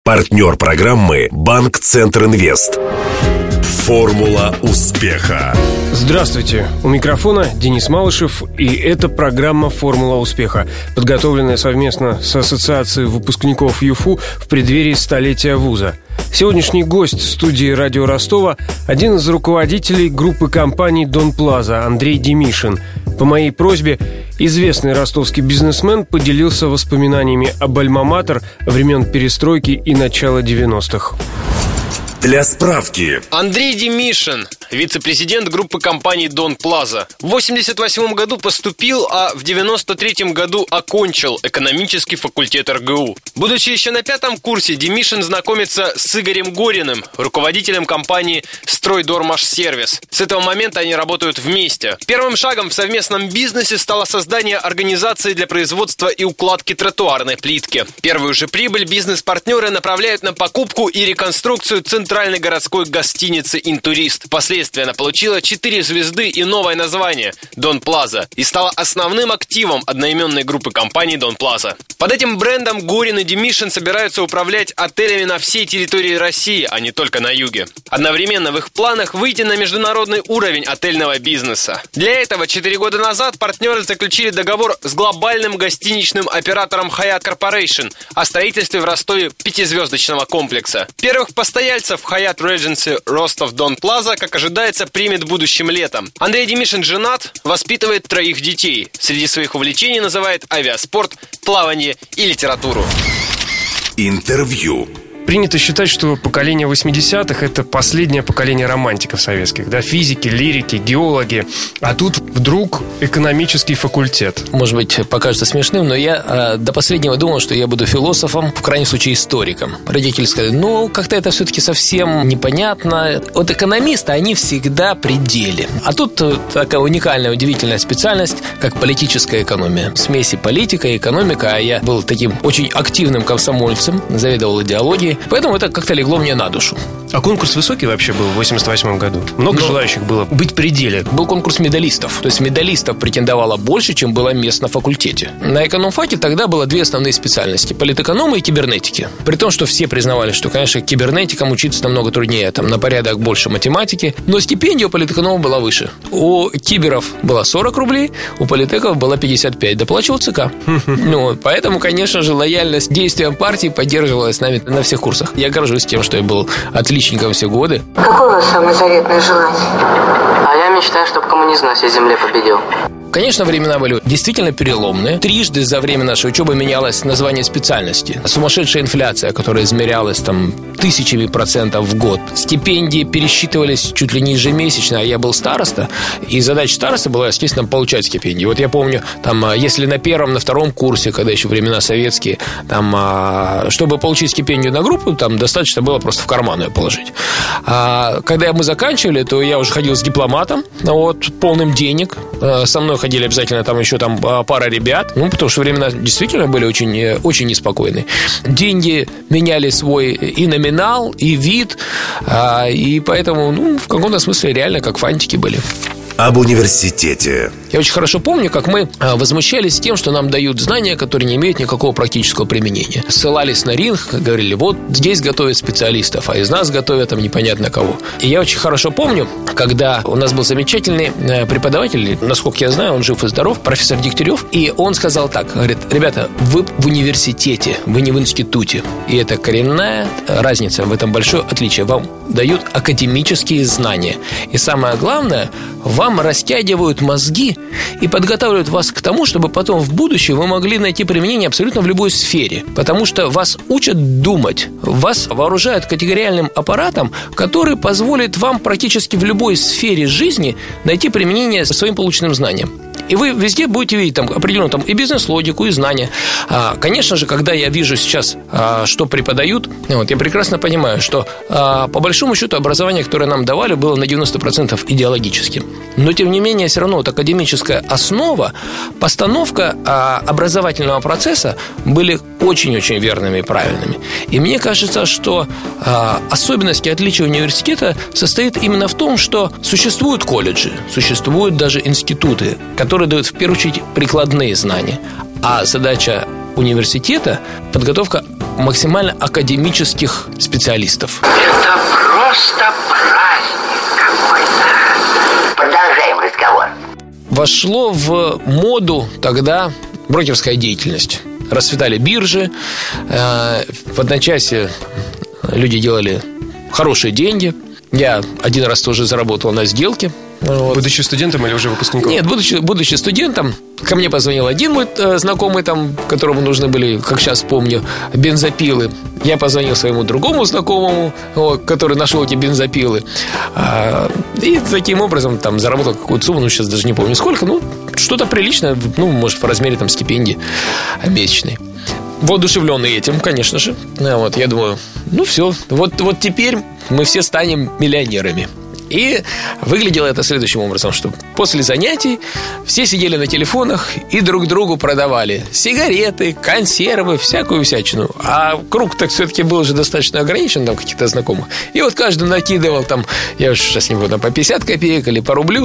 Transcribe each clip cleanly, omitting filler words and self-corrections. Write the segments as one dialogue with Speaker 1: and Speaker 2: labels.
Speaker 1: Партнер программы «Банк Центр Инвест». Формула успеха.
Speaker 2: Здравствуйте, у микрофона Денис Малышев, и это программа «Формула успеха», подготовленная совместно с Ассоциацией выпускников ЮФУ в преддверии столетия вуза. Сегодняшний гость студии «Радио Ростова» – один из руководителей группы компаний «Дон Плаза» Андрей Демишин. По моей просьбе известный ростовский бизнесмен поделился воспоминаниями об альма-матер времен перестройки и начала 90-х.
Speaker 1: Для справки.
Speaker 3: Андрей Демишин, вице-президент группы компаний «Дон Плаза». В 1988 году поступил, а в 1993 году окончил экономический факультет РГУ. Будучи еще на 5-м курсе, Демишин знакомится с Игорем Гориным, руководителем компании «Стройдормашсервис». С этого момента они работают вместе. Первым шагом в совместном бизнесе стало создание организации для производства и укладки тротуарной плитки. Первую же прибыль бизнес-партнеры направляют на покупку и реконструкцию центральной городской гостиницы «Интурист». Впоследствии она получила 4 звезды и новое название – «Дон Плаза» и стала основным активом одноименной группы компаний «Дон Плаза». Под этим брендом Горин и Демишин собираются управлять отелями на всей территории России, а не только на юге. Одновременно в их планах выйти на международный уровень отельного бизнеса. Для этого 4 года назад партнеры заключили договор с глобальным гостиничным оператором Hyatt Corporation о строительстве в Ростове 5-звездочного комплекса. Первых постояльцев Hyatt Regency Ростов Дон Плаза, как ожидается, примет будущим летом. Андрей Демишин женат, воспитывает 3 детей. Среди своих увлечений называет авиаспорт, плавание и литературу.
Speaker 1: Интервью.
Speaker 2: Принято считать, что поколение 80-х – это последнее поколение романтиков советских, да, физики, лирики, геологи. А тут вдруг экономический факультет.
Speaker 4: Может быть, покажется смешным, но я до последнего думал, что я буду философом, в крайнем случае историком. Родители сказали, как-то это все-таки совсем непонятно. Вот экономисты, они всегда при деле. А тут такая уникальная, удивительная специальность, как политическая экономия. Смеси политика и экономика, а я был таким очень активным комсомольцем, заведовал идеологией. Поэтому это как-то легло мне на душу.
Speaker 2: А конкурс высокий вообще был в 88 году? Много желающих было быть при деле?
Speaker 4: Был конкурс медалистов. То есть медалистов претендовало больше, чем было мест на факультете. На экономфаке тогда было 2 основные специальности: политэкономы и кибернетики. При том, что все признавали, что, конечно, кибернетикам учиться намного труднее, там на порядок больше математики. Но стипендия у политэконома была выше. У киберов было 40 рублей, у политэков было 55. Доплачивал ЦК. Поэтому, конечно же, лояльность действиям партии поддерживалась нами на всех курсах. Я горжусь тем, что я был отличником все годы.
Speaker 5: Какое у вас самое заветное желание?
Speaker 6: А я мечтаю, чтобы коммунизм на всей земле победил.
Speaker 4: Конечно, времена были действительно переломные. 3 за время нашей учебы менялось название специальности. Сумасшедшая инфляция, которая измерялась там тысячами процентов в год. Стипендии пересчитывались чуть ли не ежемесячно, а я был староста. И задача староста была, естественно, получать стипендии. Вот я помню, там, если на 1-м, на 2-м курсе, когда еще времена советские, там, чтобы получить стипендию на группу, там достаточно было просто в карман ее положить. А когда мы заканчивали, то я уже ходил с дипломатом, полным денег. Со мной ходили обязательно там еще пара ребят, потому что времена действительно были очень, очень неспокойные. Деньги меняли свой и номинал, и вид, и поэтому, в каком-то смысле реально как фантики были.
Speaker 1: Об университете.
Speaker 4: Я очень хорошо помню, как мы возмущались тем, что нам дают знания, которые не имеют никакого практического применения. Ссылались на ринг, говорили, вот здесь готовят специалистов, а из нас готовят там непонятно кого. И я очень хорошо помню, когда у нас был замечательный преподаватель, насколько я знаю, он жив и здоров, профессор Дегтярев, и он сказал так, говорит, ребята, вы в университете, вы не в институте. И это коренная разница, в этом большое отличие. Вам дают академические знания. И самое главное, вам растягивают мозги и подготавливают вас к тому, чтобы потом в будущем вы могли найти применение абсолютно в любой сфере. Потому что вас учат думать. Вас вооружают категориальным аппаратом, который позволит вам практически в любой сфере жизни найти применение своим полученным знаниям. И вы везде будете видеть там определенную и бизнес-логику, и знания. Конечно же, когда я вижу сейчас, что преподают, я прекрасно понимаю, что по большому счету образование, которое нам давали, было на 90% идеологическим. Но, тем не менее, все равно академическая основа, постановка образовательного процесса были очень-очень верными и правильными. И мне кажется, что особенность и отличие университета состоит именно в том, что существуют колледжи, существуют даже институты, которые дают в первую очередь прикладные знания. А задача университета – подготовка максимально академических специалистов.
Speaker 7: Это просто праздник какой-то. Продолжаем разговор.
Speaker 4: Вошло в моду тогда брокерская деятельность. Расцветали биржи. В одночасье люди делали хорошие деньги. Я один раз тоже заработал на сделке. Вот.
Speaker 2: Будучи студентом или уже выпускником?
Speaker 4: Нет, будучи студентом, ко мне позвонил один мой знакомый, там, которому нужны были, как сейчас помню, бензопилы. Я позвонил своему другому знакомому, который нашел эти бензопилы. И таким образом там заработал какую-то сумму, сейчас даже не помню сколько, что-то приличное, может, в размере там стипендии месячной. Воодушевленный этим, конечно же. Вот, я думаю, все, вот теперь мы все станем миллионерами. И выглядело это следующим образом, что после занятий все сидели на телефонах и друг другу продавали сигареты, консервы, всякую всячину. А круг так все-таки был уже достаточно ограничен, там каких-то знакомых. И вот каждый накидывал там, я уж сейчас не буду, по 50 копеек или по рублю.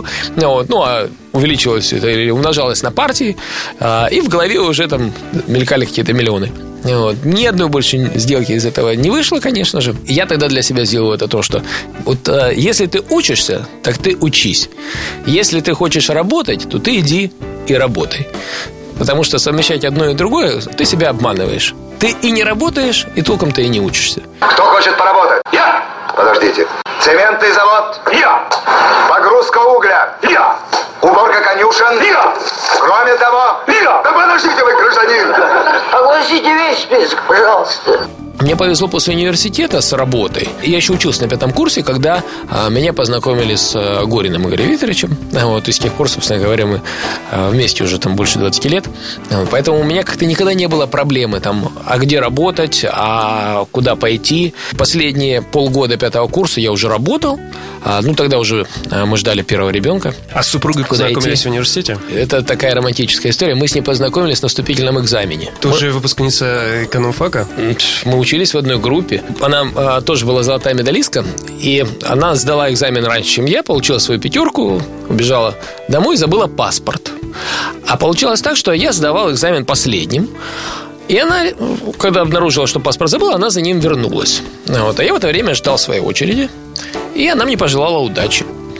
Speaker 4: А увеличивалось все это или умножалось на партии. И в голове уже там мелькали какие-то миллионы. Ни одной больше сделки из этого не вышло, конечно же. Я тогда для себя сделал это то, что если ты учишься, так ты учись. Если ты хочешь работать, то ты иди и работай. Потому что совмещать одно и другое, ты себя обманываешь. Ты и не работаешь, и толком-то и не учишься.
Speaker 8: Кто хочет поработать? Я! Подождите. Цементный завод? Я! Погрузка угля? Я! Уборка конюшен? Я! Кроме того? Я! Да подождите вы, гражданин!
Speaker 7: Огласите весь список, пожалуйста.
Speaker 4: Мне повезло после университета с работой. Я еще учился на 5 курсе, когда меня познакомили с Гориным Игорем Викторовичем. И с тех пор, собственно говоря, мы вместе уже там больше 20 лет. Поэтому у меня как-то никогда не было проблемы там, а где работать, а куда пойти. Последние полгода 5 курса я уже работал. Тогда уже мы ждали первого ребенка.
Speaker 2: А с супругой познакомились в университете?
Speaker 4: Это такая романтическая история. Мы с ней познакомились на вступительном экзамене.
Speaker 2: Тоже выпускница экономфака?
Speaker 4: Мы учились в одной группе. Она тоже была золотая медалистка. И она сдала экзамен раньше, чем я. Получила свою 5, убежала домой и забыла паспорт. А получилось так, что я сдавал экзамен последним. И она, когда обнаружила, что паспорт забыла, она за ним вернулась. А я в это время ждал своей очереди. И она мне пожелала удачи.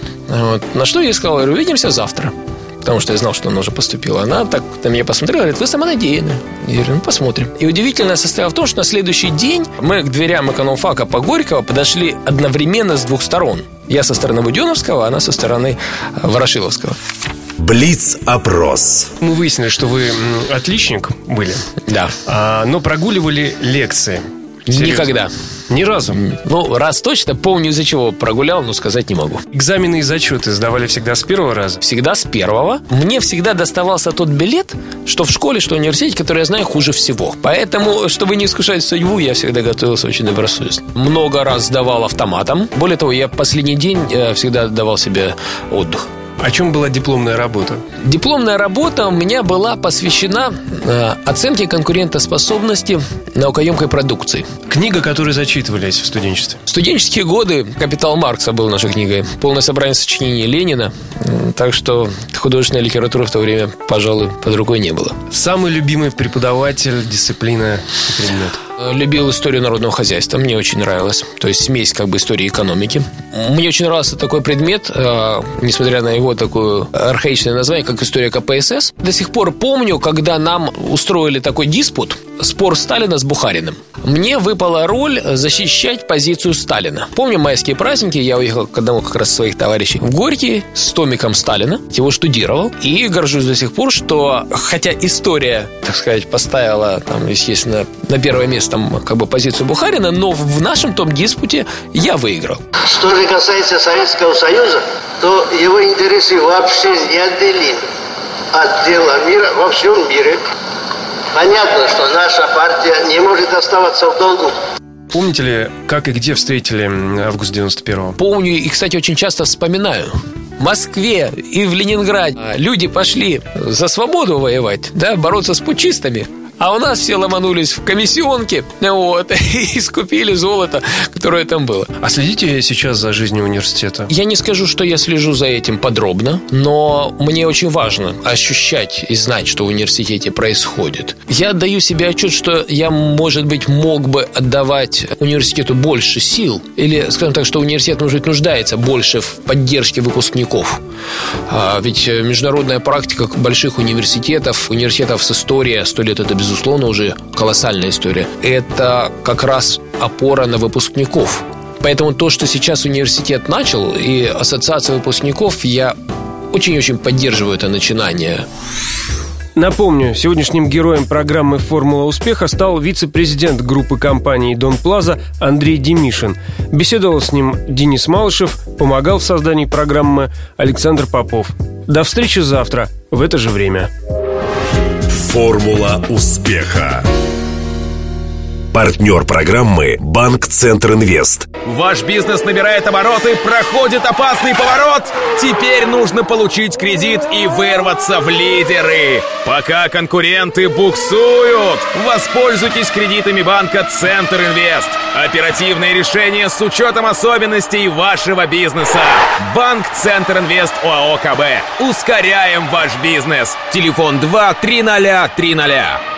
Speaker 4: На что я ей сказал: увидимся завтра. Потому что я знал, что она уже поступила. Она так на меня посмотрела и говорит: вы самонадеянны. Я говорю: посмотрим. И удивительное состояло в том, что на следующий день мы к дверям экономфака по Горького подошли одновременно с 2 сторон. Я со стороны Буденновского, она со стороны Ворошиловского.
Speaker 1: Блиц-опрос.
Speaker 2: Мы выяснили, что вы отличник были.
Speaker 4: Да.
Speaker 2: Но прогуливали лекции.
Speaker 4: Серьезно? Никогда.
Speaker 2: Ни разу?
Speaker 4: Раз точно, помню, из-за чего прогулял, но сказать не могу.
Speaker 2: Экзамены и зачеты сдавали всегда с 1 раза?
Speaker 4: Всегда с 1. Мне всегда доставался тот билет, что в школе, что в университете, который я знаю хуже всего. Поэтому, чтобы не искушать судьбу, я всегда готовился очень добросовестно. Много раз сдавал автоматом. Более того, я последний день всегда давал себе отдых.
Speaker 2: О чем была дипломная работа?
Speaker 4: Дипломная работа у меня была посвящена оценке конкурентоспособности наукоемкой продукции.
Speaker 2: Книга, которую зачитывались в студенчестве?
Speaker 4: В студенческие годы «Капитал Маркса» был нашей книгой. Полное собрание сочинений Ленина. Так что художественной литературы в то время, пожалуй, под рукой не было.
Speaker 2: Самый любимый преподаватель, дисциплина и предмет?
Speaker 4: Любил историю народного хозяйства, мне очень нравилось. То есть смесь истории и экономики. Мне очень нравился такой предмет, несмотря на его такое архаичное название, как история КПСС. До сих пор помню, когда нам устроили такой диспут, спор Сталина с Бухариным. Мне выпала роль защищать позицию Сталина. Помню майские праздники, я уехал к одному как раз своих товарищей в Горький с томиком Сталина, его штудировал. И горжусь до сих пор, что хотя история, так сказать, поставила, естественно, на первое место позицию Бухарина, но в нашем том диспуте я выиграл.
Speaker 7: Что же касается Советского Союза, то его интересы вообще неотделимы от дела мира во всем мире. Понятно, что наша партия не может оставаться в долгу.
Speaker 2: Помните ли, как и где встретили август 91-го?
Speaker 4: Помню и, кстати, очень часто вспоминаю. В Москве и в Ленинграде люди пошли за свободу воевать, бороться с путчистами. А у нас все ломанулись в комиссионки, вот, и скупили золото, которое там было.
Speaker 2: А следите сейчас за жизнью университета?
Speaker 4: Я не скажу, что я слежу за этим подробно, но мне очень важно ощущать и знать, что в университете происходит. Я отдаю себе отчет, что я, может быть, мог бы отдавать университету больше сил, или, скажем так, что университет, может быть, нуждается больше в поддержке выпускников. Ведь международная практика больших университетов с историей, 100 лет — это, безусловно, уже колоссальная история. Это как раз опора на выпускников. Поэтому то, что сейчас университет начал, и ассоциация выпускников, я очень-очень поддерживаю это начинание.
Speaker 2: Напомню, сегодняшним героем программы «Формула успеха» стал вице-президент группы компании «Дон Плаза» Андрей Демишин. Беседовал с ним Денис Малышев, помогал в создании программы Александр Попов. До встречи завтра в это же время.
Speaker 1: «Формула успеха». Партнер программы «Банк Центр Инвест».
Speaker 9: Ваш бизнес набирает обороты, проходит опасный поворот. Теперь нужно получить кредит и вырваться в лидеры. Пока конкуренты буксуют, воспользуйтесь кредитами банка Центр Инвест. Оперативные решения с учетом особенностей вашего бизнеса. Банк Центр Инвест ОАО КБ. Ускоряем ваш бизнес. Телефон 2 300 300.